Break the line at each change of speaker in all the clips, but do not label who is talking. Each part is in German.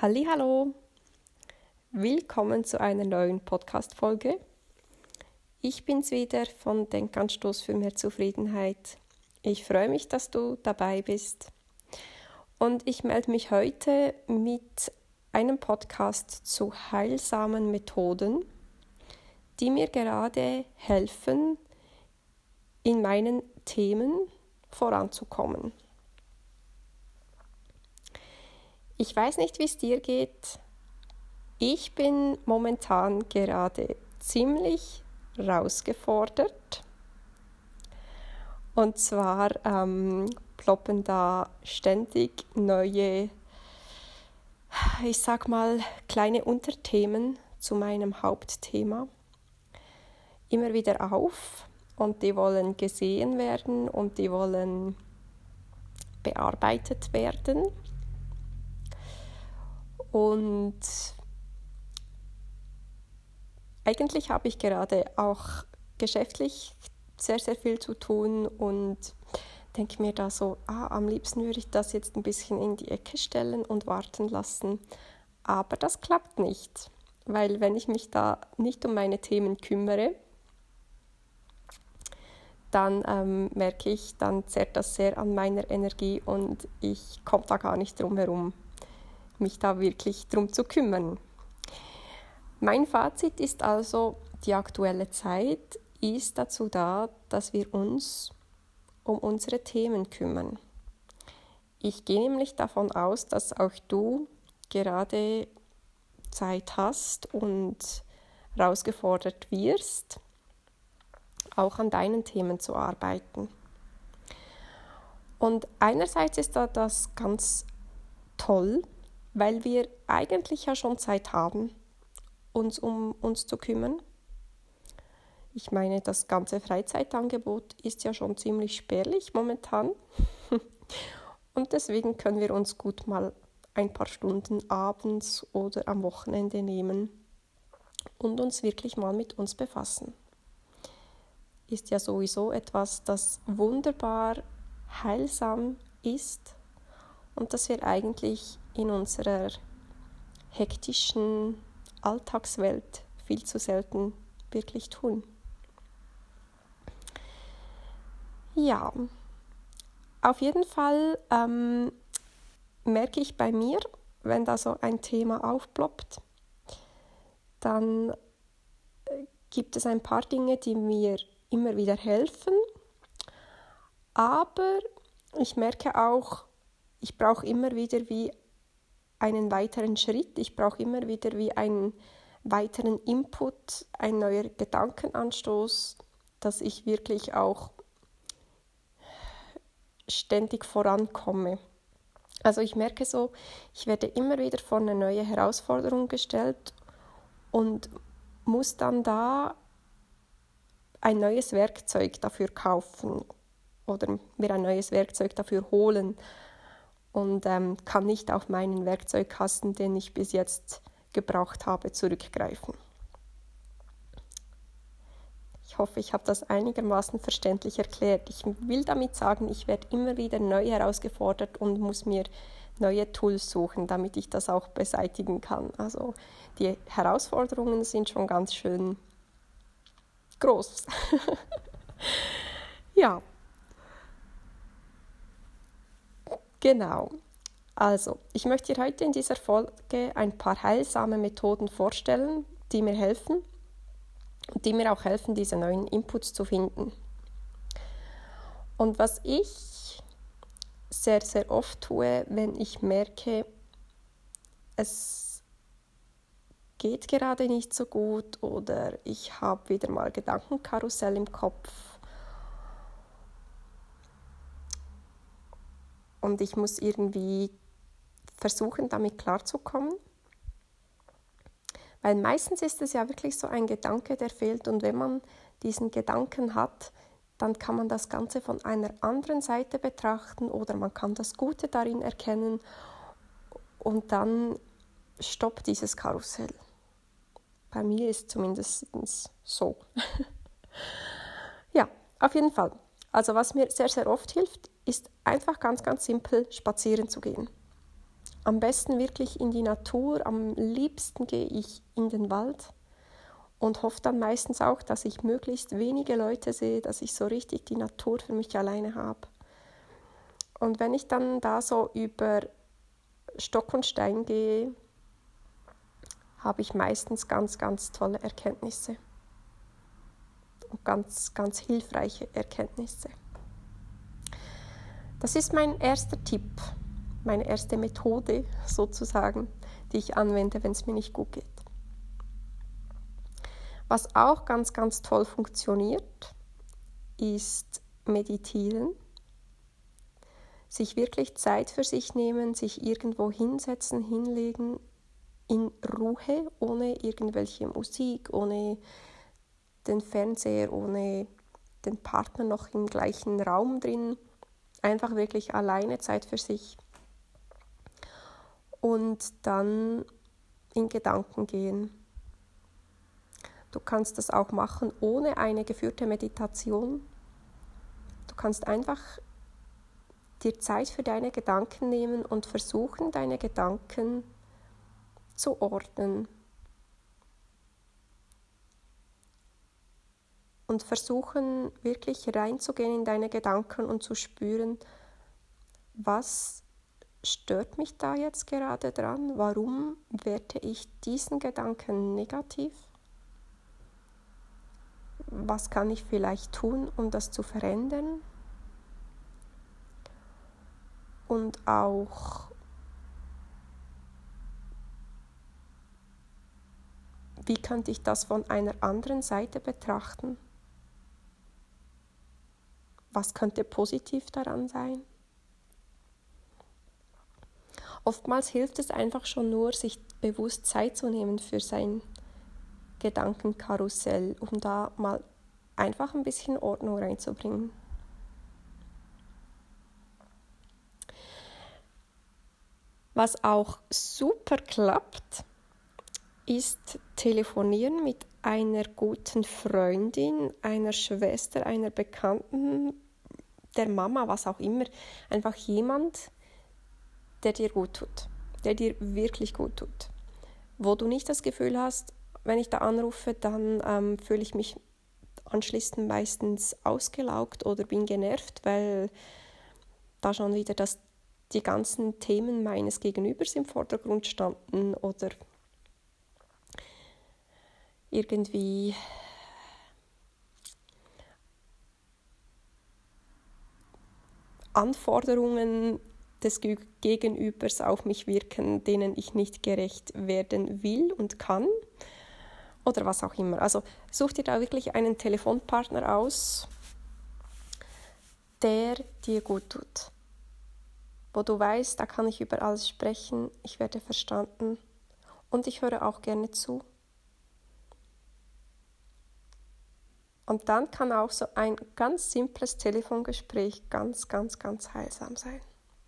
Hallihallo, willkommen zu einer neuen Podcast-Folge. Ich bin's wieder von Denkanstoß für mehr Zufriedenheit. Ich freue mich, dass du dabei bist. Und ich melde mich heute mit einem Podcast zu heilsamen Methoden, die mir gerade helfen, in meinen Themen voranzukommen. Ich weiß nicht, wie es dir geht. Ich bin momentan gerade ziemlich herausgefordert. Und zwar ploppen da ständig neue, ich sag mal, kleine Unterthemen zu meinem Hauptthema immer wieder auf. Und die wollen gesehen werden und die wollen bearbeitet werden. Und eigentlich habe ich gerade auch geschäftlich sehr, sehr viel zu tun und denke mir da so, am liebsten würde ich das jetzt ein bisschen in die Ecke stellen und warten lassen. Aber das klappt nicht, weil wenn ich mich da nicht um meine Themen kümmere, dann merke ich, dann zerrt das sehr an meiner Energie und ich komme da gar nicht drum herum, mich da wirklich drum zu kümmern. Mein Fazit ist also, die aktuelle Zeit ist dazu da, dass wir uns um unsere Themen kümmern. Ich gehe nämlich davon aus, dass auch du gerade Zeit hast und herausgefordert wirst, auch an deinen Themen zu arbeiten. Und einerseits ist da das ganz toll, weil wir eigentlich ja schon Zeit haben, uns um uns zu kümmern. Ich meine, das ganze Freizeitangebot ist ja schon ziemlich spärlich momentan. Und deswegen können wir uns gut mal ein paar Stunden abends oder am Wochenende nehmen und uns wirklich mal mit uns befassen. Ist ja sowieso etwas, das wunderbar heilsam ist und das wir eigentlich in unserer hektischen Alltagswelt viel zu selten wirklich tun. Ja, auf jeden Fall merke ich bei mir, wenn da so ein Thema aufploppt, dann gibt es ein paar Dinge, die mir immer wieder helfen, aber ich merke auch, ich brauche immer wieder wie einen weiteren Schritt, ich brauche immer wieder wie einen weiteren Input, ein neuer Gedankenanstoß, dass ich wirklich auch ständig vorankomme. Also ich merke so, ich werde immer wieder vor eine neue Herausforderung gestellt und muss dann da ein neues Werkzeug dafür kaufen oder mir ein neues Werkzeug dafür holen. Und kann nicht auf meinen Werkzeugkasten, den ich bis jetzt gebraucht habe, zurückgreifen. Ich hoffe, ich habe das einigermaßen verständlich erklärt. Ich will damit sagen, ich werde immer wieder neu herausgefordert und muss mir neue Tools suchen, damit ich das auch beseitigen kann. Also die Herausforderungen sind schon ganz schön groß. Ja. Genau. Also, ich möchte dir heute in dieser Folge ein paar heilsame Methoden vorstellen, die mir helfen und die mir auch helfen, diese neuen Inputs zu finden. Und was ich sehr, sehr oft tue, wenn ich merke, es geht gerade nicht so gut oder ich habe wieder mal Gedankenkarussell im Kopf, und ich muss irgendwie versuchen, damit klarzukommen. Weil meistens ist es ja wirklich so ein Gedanke, der fehlt. Und wenn man diesen Gedanken hat, dann kann man das Ganze von einer anderen Seite betrachten oder man kann das Gute darin erkennen und dann stoppt dieses Karussell. Bei mir ist es zumindest so. Ja, auf jeden Fall. Also was mir sehr, sehr oft hilft, ist einfach ganz, ganz simpel spazieren zu gehen. Am besten wirklich in die Natur, am liebsten gehe ich in den Wald und hoffe dann meistens auch, dass ich möglichst wenige Leute sehe, dass ich so richtig die Natur für mich alleine habe. Und wenn ich dann da so über Stock und Stein gehe, habe ich meistens ganz, ganz tolle Erkenntnisse und ganz, ganz hilfreiche Erkenntnisse. Das ist mein erster Tipp, meine erste Methode sozusagen, die ich anwende, wenn es mir nicht gut geht. Was auch ganz, ganz toll funktioniert, ist Meditieren. Sich wirklich Zeit für sich nehmen, sich irgendwo hinsetzen, hinlegen, in Ruhe, ohne irgendwelche Musik, ohne den Fernseher, ohne den Partner noch im gleichen Raum drin. Einfach wirklich alleine Zeit für sich. Und dann in Gedanken gehen. Du kannst das auch machen ohne eine geführte Meditation. Du kannst einfach dir Zeit für deine Gedanken nehmen und versuchen, deine Gedanken zu ordnen. Und versuchen, wirklich reinzugehen in deine Gedanken und zu spüren, was stört mich da jetzt gerade dran? Warum werte ich diesen Gedanken negativ? Was kann ich vielleicht tun, um das zu verändern? Und auch, wie könnte ich das von einer anderen Seite betrachten? Was könnte positiv daran sein? Oftmals hilft es einfach schon nur, sich bewusst Zeit zu nehmen für sein Gedankenkarussell, um da mal einfach ein bisschen Ordnung reinzubringen. Was auch super klappt, ist Telefonieren mit einer guten Freundin, einer Schwester, einer Bekannten, der Mama, was auch immer. Einfach jemand, der dir gut tut, der dir wirklich gut tut. Wo du nicht das Gefühl hast, wenn ich da anrufe, dann fühle ich mich anschließend meistens ausgelaugt oder bin genervt, weil da schon wieder die ganzen Themen meines Gegenübers im Vordergrund standen oder irgendwie Anforderungen des Gegenübers auf mich wirken, denen ich nicht gerecht werden will und kann oder was auch immer. Also such dir da wirklich einen Telefonpartner aus, der dir gut tut. Wo du weißt, da kann ich über alles sprechen, ich werde verstanden und ich höre auch gerne zu. Und dann kann auch so ein ganz simples Telefongespräch ganz, ganz, ganz heilsam sein.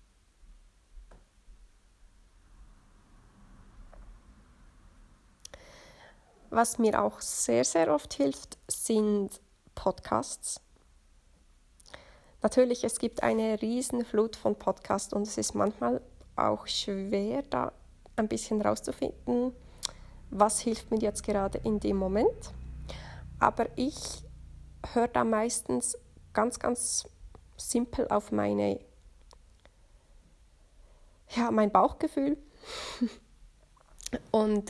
Was mir auch sehr, sehr oft hilft, sind Podcasts. Natürlich, es gibt eine riesen Flut von Podcasts und es ist manchmal auch schwer, da ein bisschen rauszufinden, was hilft mir jetzt gerade in dem Moment. Aber ich höre da meistens ganz, ganz simpel auf mein Bauchgefühl und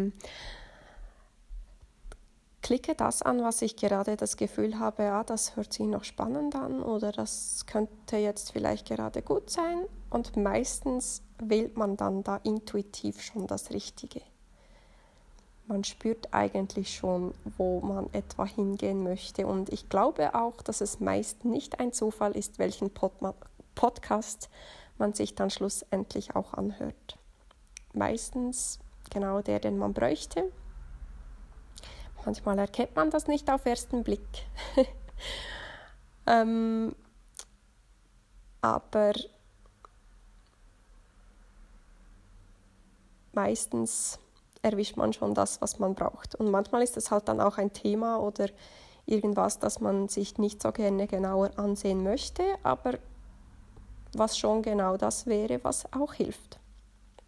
klicke das an, was ich gerade das Gefühl habe, das hört sich noch spannend an oder das könnte jetzt vielleicht gerade gut sein. Und meistens wählt man dann da intuitiv schon das Richtige. Man spürt eigentlich schon, wo man etwa hingehen möchte. Und ich glaube auch, dass es meist nicht ein Zufall ist, welchen Podcast man sich dann schlussendlich auch anhört. Meistens genau der, den man bräuchte. Manchmal erkennt man das nicht auf ersten Blick. Aber meistens erwischt man schon das, was man braucht. Und manchmal ist es halt dann auch ein Thema oder irgendwas, das man sich nicht so gerne genauer ansehen möchte, aber was schon genau das wäre, was auch hilft.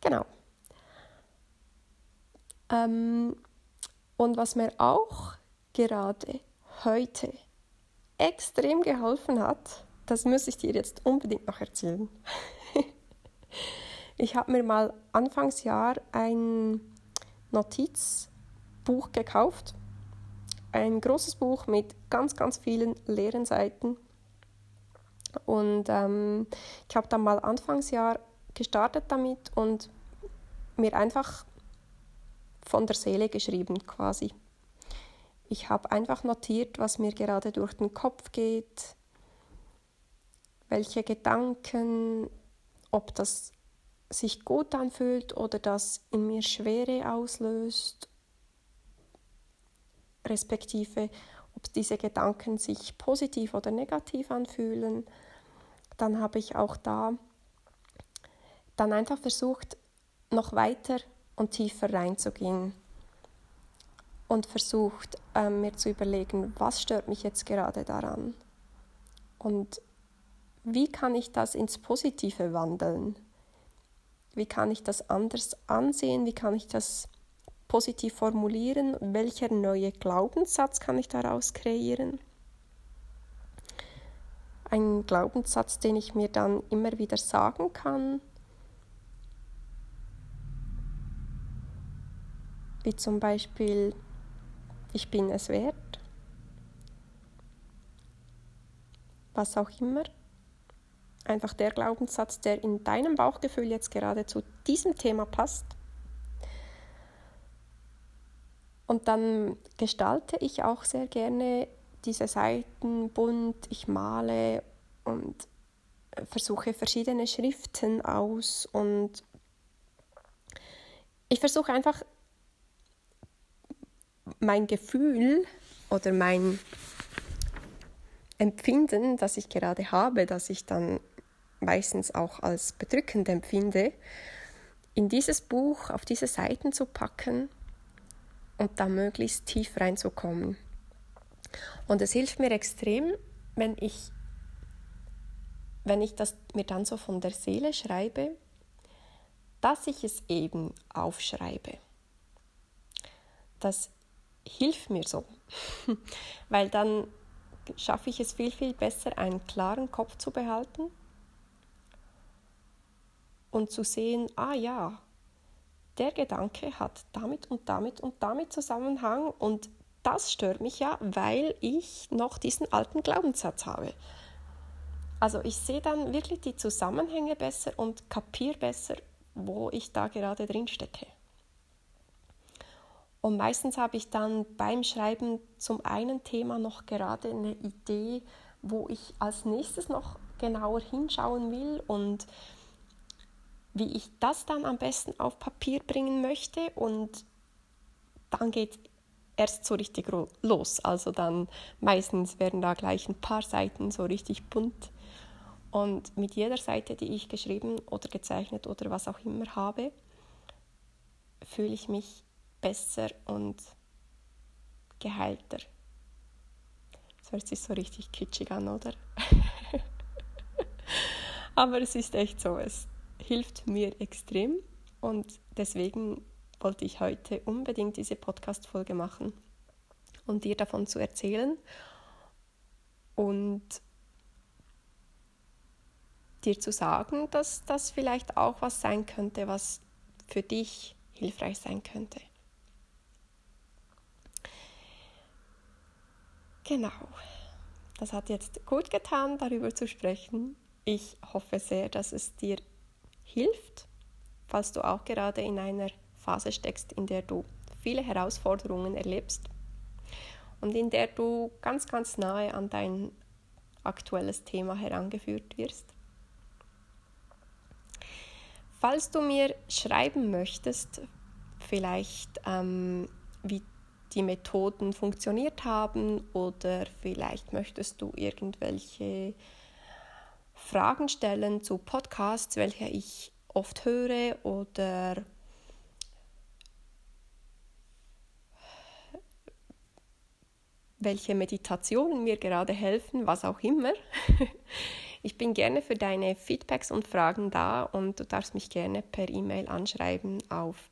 Genau. Und was mir auch gerade heute extrem geholfen hat, das muss ich dir jetzt unbedingt noch erzählen. Ich habe mir mal Anfangsjahr ein Notizbuch gekauft. Ein großes Buch mit ganz, ganz vielen leeren Seiten. Und ich habe dann mal Anfangsjahr gestartet damit und mir einfach von der Seele geschrieben quasi. Ich habe einfach notiert, was mir gerade durch den Kopf geht, welche Gedanken, ob das sich gut anfühlt oder das in mir Schwere auslöst, respektive ob diese Gedanken sich positiv oder negativ anfühlen. Dann habe ich auch da dann einfach versucht, noch weiter und tiefer reinzugehen und versucht, mir zu überlegen, was stört mich jetzt gerade daran und wie kann ich das ins Positive wandeln? Wie kann ich das anders ansehen? Wie kann ich das positiv formulieren? Welcher neue Glaubenssatz kann ich daraus kreieren? Ein Glaubenssatz, den ich mir dann immer wieder sagen kann, wie zum Beispiel, ich bin es wert, was auch immer. Einfach der Glaubenssatz, der in deinem Bauchgefühl jetzt gerade zu diesem Thema passt. Und dann gestalte ich auch sehr gerne diese Seiten bunt, ich male und versuche verschiedene Schriften aus und ich versuche einfach mein Gefühl oder mein Empfinden, das ich gerade habe, das ich dann meistens auch als bedrückend empfinde, in dieses Buch, auf diese Seiten zu packen und da möglichst tief reinzukommen. Und es hilft mir extrem, wenn ich das mir dann so von der Seele schreibe, dass ich es eben aufschreibe. Das hilft mir so, weil dann schaffe ich es viel, viel besser, einen klaren Kopf zu behalten und zu sehen, ja, der Gedanke hat damit und damit und damit Zusammenhang und das stört mich ja, weil ich noch diesen alten Glaubenssatz habe. Also ich sehe dann wirklich die Zusammenhänge besser und kapiere besser, wo ich da gerade drin stecke. Und meistens habe ich dann beim Schreiben zum einen Thema noch gerade eine Idee, wo ich als nächstes noch genauer hinschauen will und wie ich das dann am besten auf Papier bringen möchte. Und dann geht erst so richtig los. Also dann meistens werden da gleich ein paar Seiten so richtig bunt. Und mit jeder Seite, die ich geschrieben oder gezeichnet oder was auch immer habe, fühle ich mich besser und geheilter. Das hört sich so richtig kitschig an, oder? Aber es ist echt so, es hilft mir extrem und deswegen wollte ich heute unbedingt diese Podcast-Folge machen und dir davon zu erzählen und dir zu sagen, dass das vielleicht auch was sein könnte, was für dich hilfreich sein könnte. Genau, das hat jetzt gut getan, darüber zu sprechen. Ich hoffe sehr, dass es dir hilft, falls du auch gerade in einer Phase steckst, in der du viele Herausforderungen erlebst und in der du ganz, ganz nahe an dein aktuelles Thema herangeführt wirst. Falls du mir schreiben möchtest, vielleicht wie die Methoden funktioniert haben oder vielleicht möchtest du irgendwelche Fragen stellen zu Podcasts, welche ich oft höre oder welche Meditationen mir gerade helfen, was auch immer. Ich bin gerne für deine Feedbacks und Fragen da und du darfst mich gerne per E-Mail anschreiben auf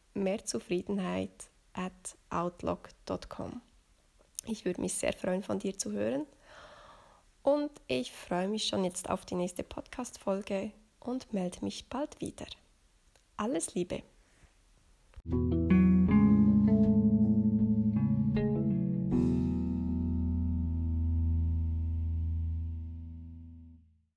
mehrzufriedenheit@outlook.com. Ich würde mich sehr freuen, von dir zu hören und ich freue mich schon jetzt auf die nächste Podcast-Folge und melde mich bald wieder. Alles Liebe!